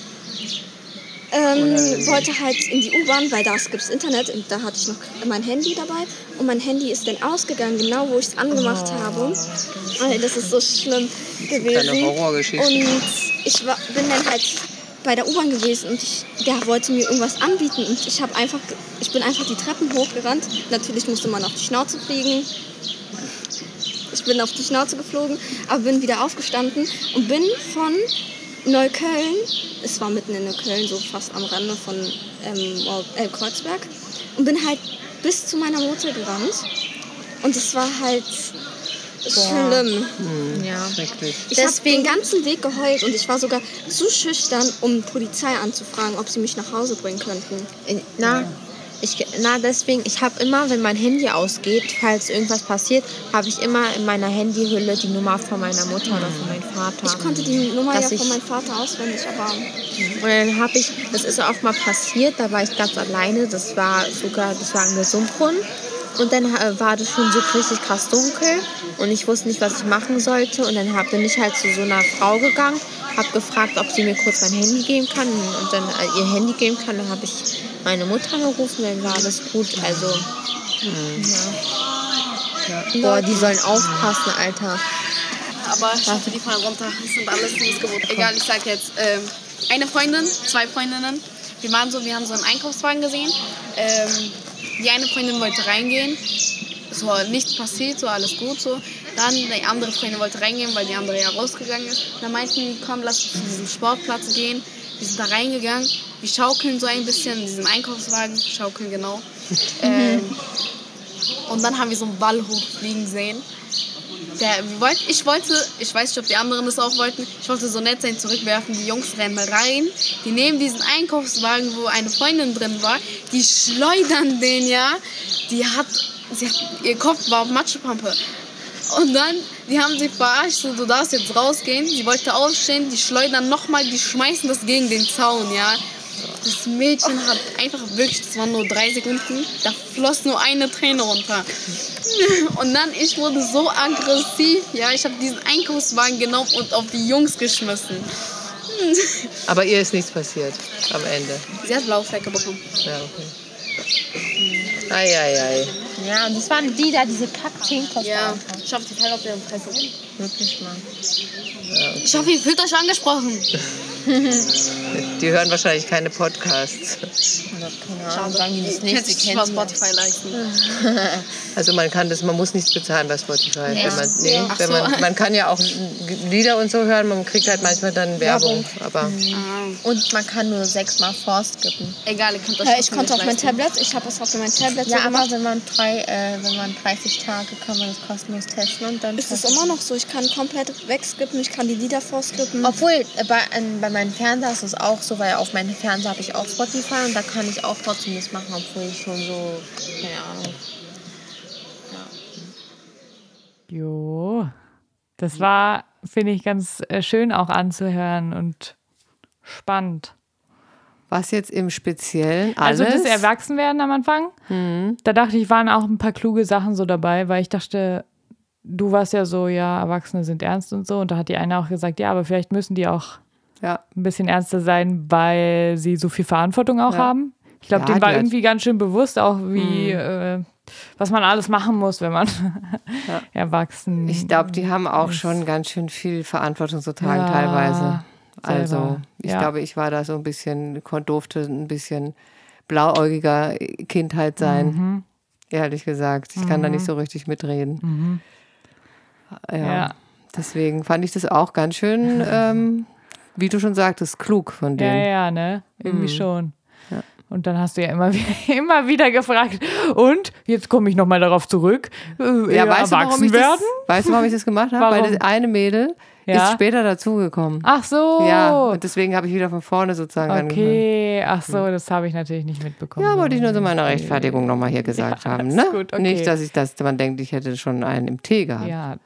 Ähm, wollte halt in die U-Bahn, weil da gibt es Internet und da hatte ich noch mein Handy dabei und mein Handy ist dann ausgegangen, genau wo ich es angemacht habe. Alter, das ist so schlimm gewesen. Kleine Horrorgeschichte. Und ich war, bin dann halt bei der U-Bahn gewesen und ich, der wollte mir irgendwas anbieten und ich habe einfach, ich bin einfach die Treppen hochgerannt. Natürlich musste man auf die Schnauze fliegen. Ich bin auf die Schnauze geflogen, aber bin wieder aufgestanden und bin von Neukölln, es war mitten in Neukölln, so fast am Rande von ähm, äh, Kreuzberg, und bin halt bis zu meiner Mutter gerannt. Und es war halt schlimm. Ja. Schrecklich. Ich habe Deswegen- den ganzen Weg geheult und ich war sogar zu schüchtern, um Polizei anzufragen, ob sie mich nach Hause bringen könnten. Na, ich, na deswegen, ich habe immer, wenn mein Handy ausgeht, falls irgendwas passiert, habe ich immer in meiner Handyhülle die Nummer von meiner Mutter oder von meinem Vater. Ich konnte die Nummer Dass ja ich- von meinem Vater auswendig, aber Und dann habe ich, das ist auch mal passiert, da war ich ganz alleine, das war sogar, das war in Gesundbrunnen. Und dann äh, war das schon so richtig krass dunkel und ich wusste nicht, was ich machen sollte. Und dann hab, bin ich halt zu so einer Frau gegangen, habe gefragt, ob sie mir kurz mein Handy geben kann und dann äh, ihr Handy geben kann. Dann habe ich meine Mutter gerufen, dann war alles gut. Also, ja. Boah, die sollen aufpassen, Alter. Aber ich hoffe, die fallen runter. Das sind alles Missgeburt. Egal, ich sag jetzt, ähm, eine Freundin, zwei Freundinnen. Wir waren so, wir haben so einen Einkaufswagen gesehen. Ähm, die eine Freundin wollte reingehen. So, nichts passiert, so alles gut so. Dann die andere Freundin wollte reingehen, weil die andere ja rausgegangen ist. Dann meinten die, komm, lass uns zu diesem Sportplatz gehen. Wir sind da reingegangen. Wir schaukeln so ein bisschen in diesem Einkaufswagen. Schaukeln, genau. ähm, und dann haben wir so einen Ball hochfliegen sehen. Der, wir wollten, ich wollte, ich weiß nicht, ob die anderen das auch wollten, ich wollte so nett sein, zurückwerfen. Die Jungs rennen rein, die nehmen diesen Einkaufswagen, wo eine Freundin drin war, die schleudern den, ja. Die hat, sie hat, ihr Kopf war auf Matschepampe. Und dann, die haben sie verarscht, so, du darfst jetzt rausgehen. Sie wollte aufstehen, die schleudern nochmal, die schmeißen das gegen den Zaun, ja. Das Mädchen hat einfach wirklich, das waren nur drei Sekunden, da floss nur eine Träne runter. Und dann, ich wurde so aggressiv, ja, ich habe diesen Einkaufswagen genommen und auf die Jungs geschmissen. Aber ihr ist nichts passiert am Ende. Sie hat blaue Flecke bekommen. Ja, okay. Ei, ei, ei. Ja, und das waren die da, diese Kack-Zehnkostler. Ja, ich hoffe, die fällt auf deren Fresse. Wirklich, Mann. Ja, okay. Ich hoffe, ihr fühlt euch angesprochen. Die hören wahrscheinlich keine Podcasts. Keine Ahnung, sagen die das Ihr nicht, könnt sie sich kennen über Spotify leisten. Also man kann das, man muss nichts bezahlen bei Spotify. Ja. Wenn man, nee, Ach wenn so. man, man kann ja auch Lieder und so hören, man kriegt halt manchmal dann Werbung. Aber Ah, Und man kann nur sechsmal vorskippen. egal, ihr könnt euch Äh, ich trotzdem konnte auf nicht mein leisten. Tablet, ich habe es auf mein Tablet Ja, so aber gemacht. wenn man, drei, äh, wenn man dreißig Tage kann man das kostenlos testen und dann... Ist es testen. immer noch so? Ich kann komplett wegskippen, ich kann die Lieder vorskippen. Obwohl, äh, bei, äh, bei meinem Fernseher ist es auch so, weil auf meinem Fernseher habe ich auch Spotify und da kann ich auch trotzdem das machen, obwohl ich schon so, keine Ahnung. Jo, das war, finde ich, ganz äh, schön auch anzuhören und spannend. was jetzt im Speziellen alles? Also das Erwachsenwerden am Anfang, da dachte ich, waren auch ein paar kluge Sachen so dabei, weil ich dachte, du warst ja so, ja, Erwachsene sind ernst und so und da hat die eine auch gesagt, ja, aber vielleicht müssen die auch ja. ein bisschen ernster sein, weil sie so viel Verantwortung auch Ja. haben. Ich glaube, Ja, denen die war hat- irgendwie ganz schön bewusst auch, wie, äh, was man alles machen muss, wenn man Ja. erwachsen Ich glaube, die haben auch schon ganz schön viel Verantwortung zu tragen Ja, teilweise. Also selber. ich Ja. glaube, ich war da so ein bisschen, kon- durfte ein bisschen blauäugiger Kindheit sein, Mhm. ehrlich gesagt. Ich kann da nicht so richtig mitreden. Ja. Ja. Deswegen fand ich das auch ganz schön, ähm, wie du schon sagtest, klug von Ja, denen. ja, ne? Irgendwie Mhm. schon. Ja. Und dann hast du ja immer, wieder- immer wieder gefragt, und jetzt komme ich nochmal darauf zurück, äh, Ja, eher weißt du, warum erwachsen ich das, werden? weißt du, warum ich das gemacht habe? Warum? Weil das eine Mädel Ja? ist später dazugekommen. Ach so. Ja, und deswegen habe ich wieder von vorne sozusagen angefangen. Okay, ach so, das habe ich natürlich nicht mitbekommen. Ja, wollte ich nur so meine Rechtfertigung nochmal hier gesagt haben. Ne? ist gut, okay. Nicht, dass ich das, man denkt, ich hätte schon einen im Tee gehabt. Ja.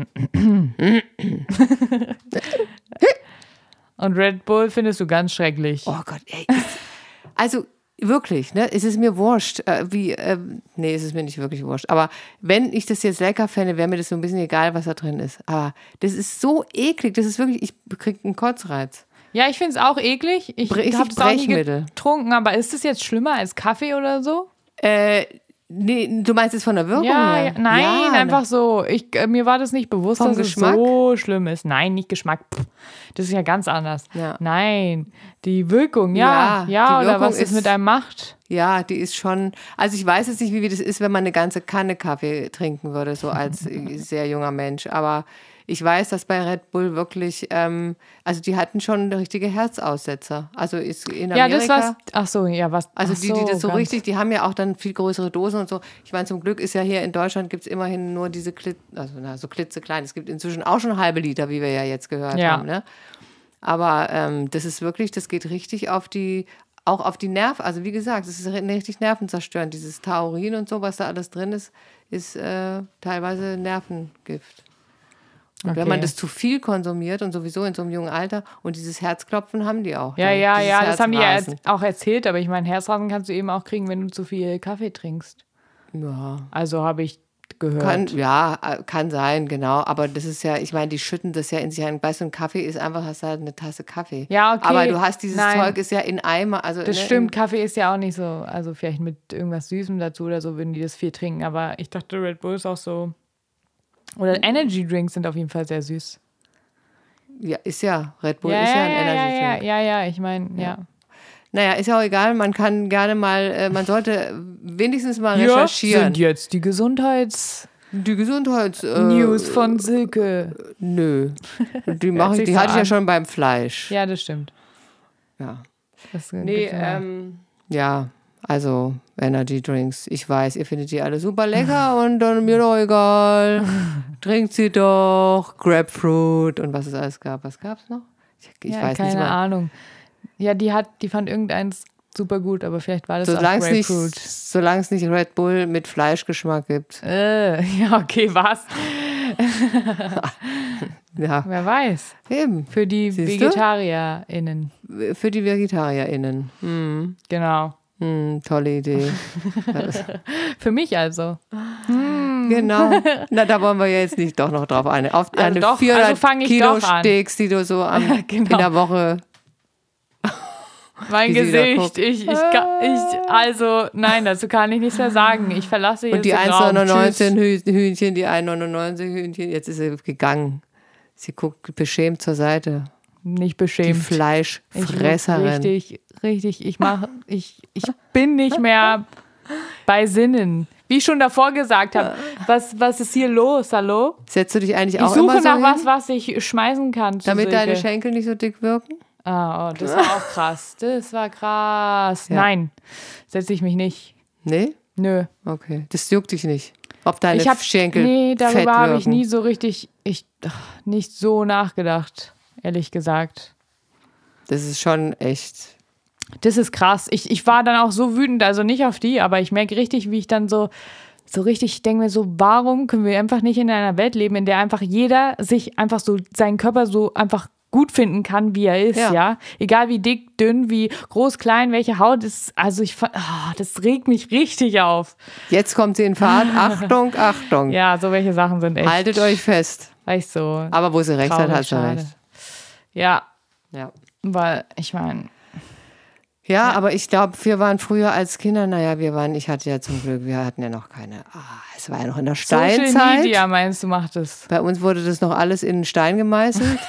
Und Red Bull findest du ganz schrecklich. Oh Gott, ey. Ist, also wirklich, ne? Es ist mir wurscht, äh, wie, äh, nee, es ist mir nicht wirklich wurscht. Aber wenn ich das jetzt lecker fände, wäre mir das so ein bisschen egal, was da drin ist. Aber das ist so eklig, das ist wirklich, ich kriege einen Kotzreiz. Ja, ich finde es auch eklig. Ich Richtig habe es auch nie Brechmittel. getrunken, aber ist es jetzt schlimmer als Kaffee oder so? Äh, nee, du meinst jetzt von der Wirkung Ja, her? ja nein, Ja, einfach so. Ich, äh, mir war das nicht bewusst, Vom dass Geschmack? es so schlimm ist. Nein, nicht Geschmack. Pff, das ist ja ganz anders. Ja. Nein, die Wirkung, ja. Ja, Ja, die oder Wirkung was es ist- mit einem macht. Ja, die ist schon, also ich weiß jetzt nicht, wie das ist, wenn man eine ganze Kanne Kaffee trinken würde, so als sehr junger Mensch. Aber ich weiß, dass bei Red Bull wirklich, ähm, also die hatten schon richtige Herzaussetzer. Also ist in Ja, Amerika. das war's. Ach so, ja, was. Also ach die, die das so ganz- richtig, die haben ja auch dann viel größere Dosen und so. Ich meine, zum Glück ist ja hier in Deutschland gibt es immerhin nur diese Klit, also na, so klitzeklein. Es gibt inzwischen auch schon halbe Liter, wie wir ja jetzt gehört Ja. haben. Ne? Aber ähm, das ist wirklich, das geht richtig auf die, auch auf die Nerven. Also wie gesagt, das ist richtig nervenzerstörend. Dieses Taurin und so, was da alles drin ist, ist äh, teilweise Nervengift. Und wenn Okay. man das zu viel konsumiert und sowieso in so einem jungen Alter und dieses Herzklopfen haben die auch. Ja, dann, ja, dieses ja, das haben die ja Herzrasen. erz- auch erzählt, aber ich meine, Herzrasen kannst du eben auch kriegen, wenn du zu viel Kaffee trinkst. Ja. Also habe ich gehört. Kann, ja, äh, kann sein, genau. Aber das ist ja, ich meine, die schütten das ja in sich ein. Weißt du, ein Kaffee ist einfach, hast halt eine Tasse Kaffee. Ja, okay. Aber du hast dieses Nein. Zeug, ist ja in Eimer. Also, Das ne, stimmt, Kaffee ist ja auch nicht so, also vielleicht mit irgendwas Süßem dazu oder so würden die das viel trinken, aber ich dachte, Red Bull ist auch so, oder Energy Drinks sind auf jeden Fall sehr süß. In, ja, ist ja, Red Bull ja, ist ja, ja, ein ja, Energy ja, Drink. ja, ja, ich meine, ja. Naja, ist ja auch egal, man kann gerne mal, äh, man sollte wenigstens mal Hier recherchieren. sind jetzt die Gesundheits-News Die Gesundheits... Äh, von Silke. Nö. Die, mach ich, sich die so hatte ich ja an. schon beim Fleisch. Ja, das stimmt. Ja. Das Nee, gibt's immer. ähm, ja, also Energy Drinks. Ich weiß, ihr findet die alle super lecker und dann mir doch egal. trinkt sie doch, Grapefruit und was es alles gab. Was gab's noch? Ich, ich ja, weiß keine nicht mal. Ahnung. Ja, die hat, die fand irgendeins super gut, aber vielleicht war das Solange auch es nicht, Grapefruit. solange es nicht Red Bull mit Fleischgeschmack gibt. Äh, ja, okay, was? Ja, Wer weiß. eben. Für die Siehst du? VegetarierInnen. Für die VegetarierInnen. Hm. Genau. Hm, tolle Idee. Für mich also. Genau. Na, da wollen wir jetzt nicht doch noch drauf ein. Auf Also eine doch, vierhundert also fang ich Kilo doch an. Steaks, die du so am, Genau. in der Woche. Mein Wie sie da Gesicht, guckt. ich, ich, kann- ich, also, nein, dazu kann ich nichts mehr sagen. Ich verlasse jetzt Und die den eins Raum. neunundneunzig Tschüss. Hü- Hühnchen, die eins neunundneunzig Hühnchen, jetzt ist sie gegangen. Sie guckt beschämt zur Seite. Nicht Die beschämt. Ich Fleischfresserin. Richtig, richtig. Ich mach, ich, ich bin nicht mehr bei Sinnen. Wie ich schon davor gesagt habe, was, was ist hier los? Hallo? Setzt du dich eigentlich Ich auch suche immer so nach hin, was, was ich schmeißen kann. zu damit deine Silke. Schenkel nicht so dick wirken? Ah, oh, das war auch krass. Das war krass. Ja. Nein, setze ich mich nicht. Nee? Nö. Okay. Das juckt dich nicht. Ob deine Ich hab, Schenkel nee, fett darüber habe ich wirken. nie so richtig, ich, ach, nicht so nachgedacht, ehrlich gesagt. Das ist schon echt. Das ist krass. Ich, ich war dann auch so wütend, also nicht auf die, aber ich merke richtig, wie ich dann so, so richtig, ich denke mir so, warum können wir einfach nicht in einer Welt leben, in der einfach jeder sich einfach so, seinen Körper so einfach gut finden kann, wie er ist, ja. Ja. Egal wie dick, dünn, wie groß, klein, welche Haut ist, also ich, fa- ah, das regt mich richtig auf. Jetzt kommt sie in Fahrt. Achtung, Achtung. Ja, so welche Sachen sind echt, Haltet euch fest. echt so Aber wo sie recht hat, traurig, hat sie schade. recht. Ja, Ja. weil, ich meine, Ja, aber ich glaube, wir waren früher als Kinder, naja, wir waren, ich hatte ja zum Glück, wir hatten ja noch keine, ah, es war ja noch in der Social Steinzeit. Media meinst du, macht es. Bei uns wurde das noch alles in Stein gemeißelt.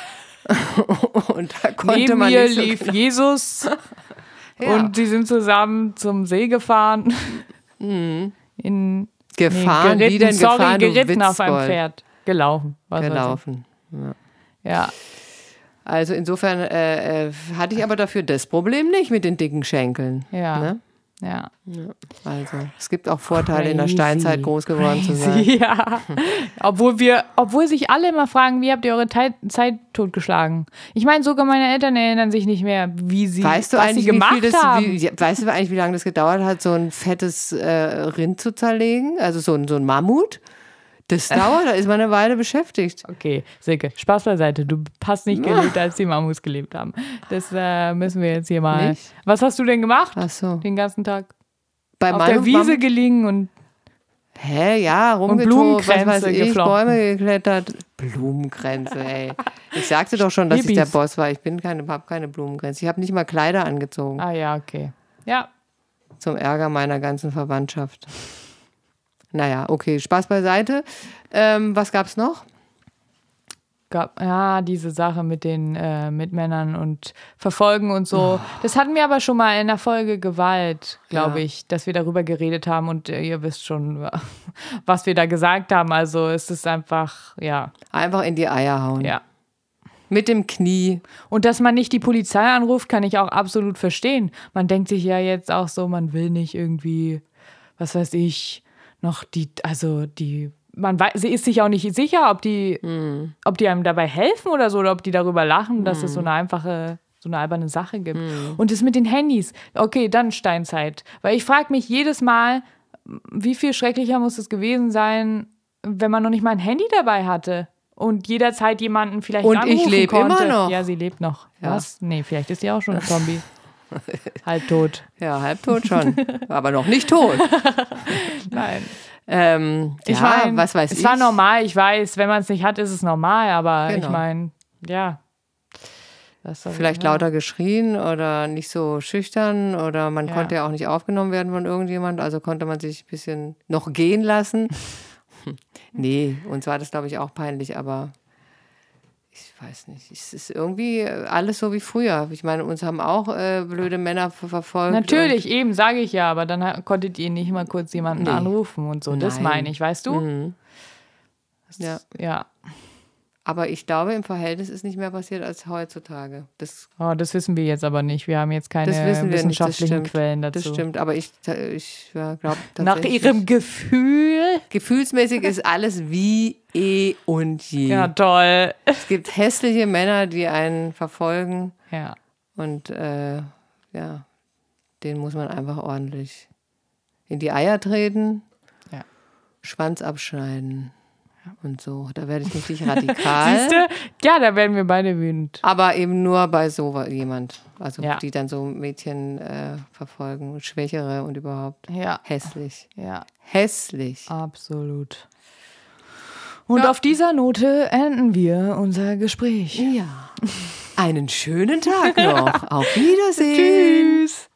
Und da konnte Neben man mir nicht so lief genau. Jesus Ja. und die sind zusammen zum See gefahren. In, Mhm. Gefahren, nee, wie denn sorry, gefahren, du geritten auf einem Witzbold. Pferd. Gelaufen. Was weiß Gelaufen. ich. Ja. Also insofern äh, äh, hatte ich aber dafür das Problem nicht mit den dicken Schenkeln. Ja. Ne? Ja. Also es gibt auch Vorteile, in der Crazy. Steinzeit groß geworden zu sein. Crazy, ja. Obwohl wir, obwohl sich alle immer fragen, wie habt ihr eure Tei- Zeit totgeschlagen? Ich meine, sogar meine Eltern erinnern sich nicht mehr, wie sie, Weißt du was eigentlich, sie wie gemacht viel das, haben. wie, ja, weißt du eigentlich, wie lange das gedauert hat, so ein fettes äh, Rind zu zerlegen? Also so ein, so ein Mammut? Das dauert, da ist man eine Weile beschäftigt. Okay, Silke, Spaß beiseite. Du hast nicht gelebt, als die Mammuts gelebt haben. Das äh, müssen wir jetzt hier mal. Nicht? Was hast du denn gemacht? Ach so. Den ganzen Tag? Bei Auf meinem der Wiese Mammut- gelegen und Hä, ja, rumgetobt, was Blumenkränze weiß ich, geflochten. Bäume geklettert. Blumenkränze, ey. Ich sagte doch schon, dass ich der Hippies. Boss war. Ich bin keine, habe keine Blumenkränze. Ich habe nicht mal Kleider angezogen. ah ja, okay. Ja, Zum Ärger meiner ganzen Verwandtschaft. Naja, okay, Spaß beiseite. Ähm, was gab's noch? gab ja diese Sache mit den äh, Mitmännern und Verfolgen und so. Das hatten wir aber schon mal in der Folge Gewalt, glaube Ja. ich, dass wir darüber geredet haben und äh, ihr wisst schon, was wir da gesagt haben. Also es ist einfach, ja, Einfach in die Eier hauen. ja. Mit dem Knie. Und dass man nicht die Polizei anruft, kann ich auch absolut verstehen. Man denkt sich ja jetzt auch so, man will nicht irgendwie, was weiß ich, noch die, also die, man weiß, sie ist sich auch nicht sicher, ob die, Mhm. ob die einem dabei helfen oder so, oder ob die darüber lachen, dass es so eine einfache, so eine alberne Sache gibt. Mhm. Und das mit den Handys, okay, dann Steinzeit. Weil ich frage mich jedes Mal, wie viel schrecklicher muss es gewesen sein, wenn man noch nicht mal ein Handy dabei hatte. Und jederzeit jemanden vielleicht Und anrufen ich lebe konnte. immer noch. Ja, sie lebt noch. Ja. Was? Nee, vielleicht ist sie auch schon ein Zombie. Halbtot. Ja, halbtot schon. Aber noch nicht tot. Nein. Ähm, Ich ja, mein, was weiß es ich. war normal, ich weiß, wenn man es nicht hat, ist es normal, aber Genau. ich meine, ja. Was soll ich Vielleicht sagen? lauter geschrien oder nicht so schüchtern oder man Ja. konnte ja auch nicht aufgenommen werden von irgendjemand, also konnte man sich ein bisschen noch gehen lassen. Nee, uns war das, glaube ich, auch peinlich, aber ich weiß nicht. Es ist irgendwie alles so wie früher. Ich meine, uns haben auch äh, blöde Männer ver verfolgt. Natürlich, eben, sage ich ja, aber dann ha- konntet ihr nicht mal kurz jemanden Nee. anrufen und so. Das Nein. meine ich, weißt du? Mhm. Ja. Ja. Aber ich glaube, im Verhältnis ist nicht mehr passiert als heutzutage. Das, Oh, das wissen wir jetzt aber nicht. Wir haben jetzt keine das wissen wir nicht, das wissenschaftlichen stimmt. Quellen dazu. Das stimmt, aber ich, ich ja, glaube Nach tatsächlich. ihrem Gefühl. Gefühlsmäßig ist alles wie eh und je. Ja, toll. Es gibt hässliche Männer, die einen verfolgen. Ja. Und äh, ja, denen muss man einfach ordentlich in die Eier treten, Ja. Schwanz abschneiden und so. Da werde ich richtig radikal. Siehst du? Ja, da werden wir beide wütend. Aber eben nur bei so jemand. Also Ja. die dann so Mädchen äh, verfolgen, Schwächere und überhaupt. Ja. Hässlich. Ja, Hässlich. absolut. Und Ja. auf dieser Note enden wir unser Gespräch. Ja. Einen schönen Tag noch. Auf Wiedersehen. Tschüss.